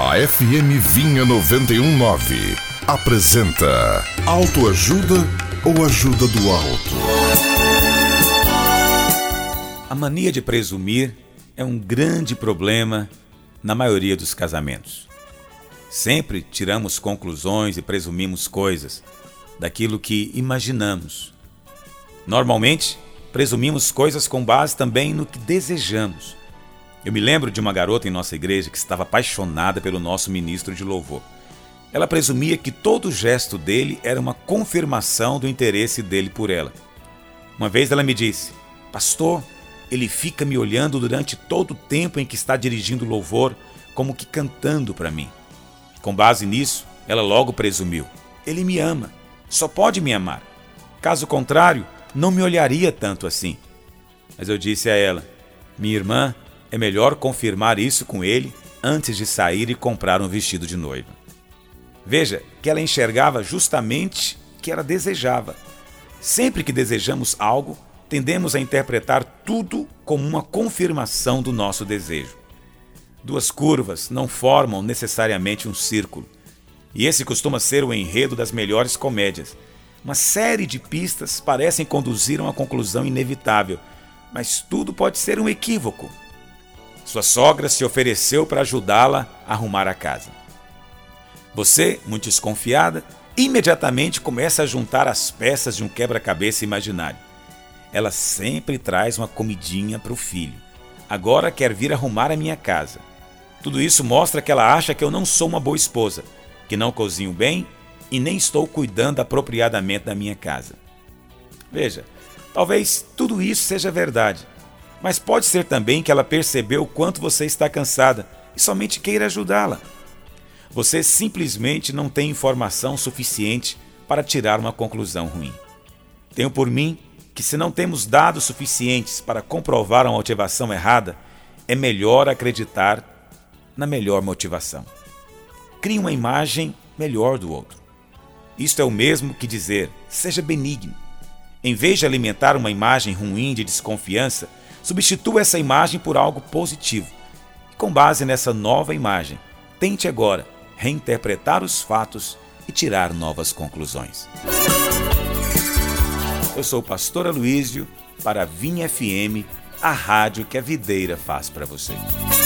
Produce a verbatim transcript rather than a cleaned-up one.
A F M Vinha noventa e um ponto nove apresenta Autoajuda ou Ajuda do Alto? A mania de presumir é um grande problema na maioria dos casamentos. Sempre tiramos conclusões e presumimos coisas daquilo que imaginamos. Normalmente, presumimos coisas com base também no que desejamos. Eu me lembro de uma garota em nossa igreja que estava apaixonada pelo nosso ministro de louvor. Ela presumia que todo gesto dele era uma confirmação do interesse dele por ela. Uma vez ela me disse: "Pastor, ele fica me olhando durante todo o tempo em que está dirigindo louvor, como que cantando para mim." Com base nisso, ela logo presumiu: "Ele me ama, só pode me amar. Caso contrário, não me olharia tanto assim." Mas eu disse a ela: "Minha irmã, é melhor confirmar isso com ele antes de sair e comprar um vestido de noiva." Veja que ela enxergava justamente o que ela desejava. Sempre que desejamos algo, tendemos a interpretar tudo como uma confirmação do nosso desejo. Duas curvas não formam necessariamente um círculo. E esse costuma ser o enredo das melhores comédias. Uma série de pistas parecem conduzir a uma conclusão inevitável, mas tudo pode ser um equívoco. Sua sogra se ofereceu para ajudá-la a arrumar a casa. Você, muito desconfiada, imediatamente começa a juntar as peças de um quebra-cabeça imaginário. Ela sempre traz uma comidinha para o filho. Agora quer vir arrumar a minha casa. Tudo isso mostra que ela acha que eu não sou uma boa esposa, que não cozinho bem e nem estou cuidando apropriadamente da minha casa. Veja, talvez tudo isso seja verdade. Mas pode ser também que ela percebeu o quanto você está cansada e somente queira ajudá-la. Você simplesmente não tem informação suficiente para tirar uma conclusão ruim. Tenho por mim que, se não temos dados suficientes para comprovar uma motivação errada, é melhor acreditar na melhor motivação. Crie uma imagem melhor do outro. Isto é o mesmo que dizer: seja benigno. Em vez de alimentar uma imagem ruim de desconfiança, substitua essa imagem por algo positivo. E com base nessa nova imagem, tente agora reinterpretar os fatos e tirar novas conclusões. Eu sou o pastor Aloísio para a Vinha F M, a rádio que a videira faz para você.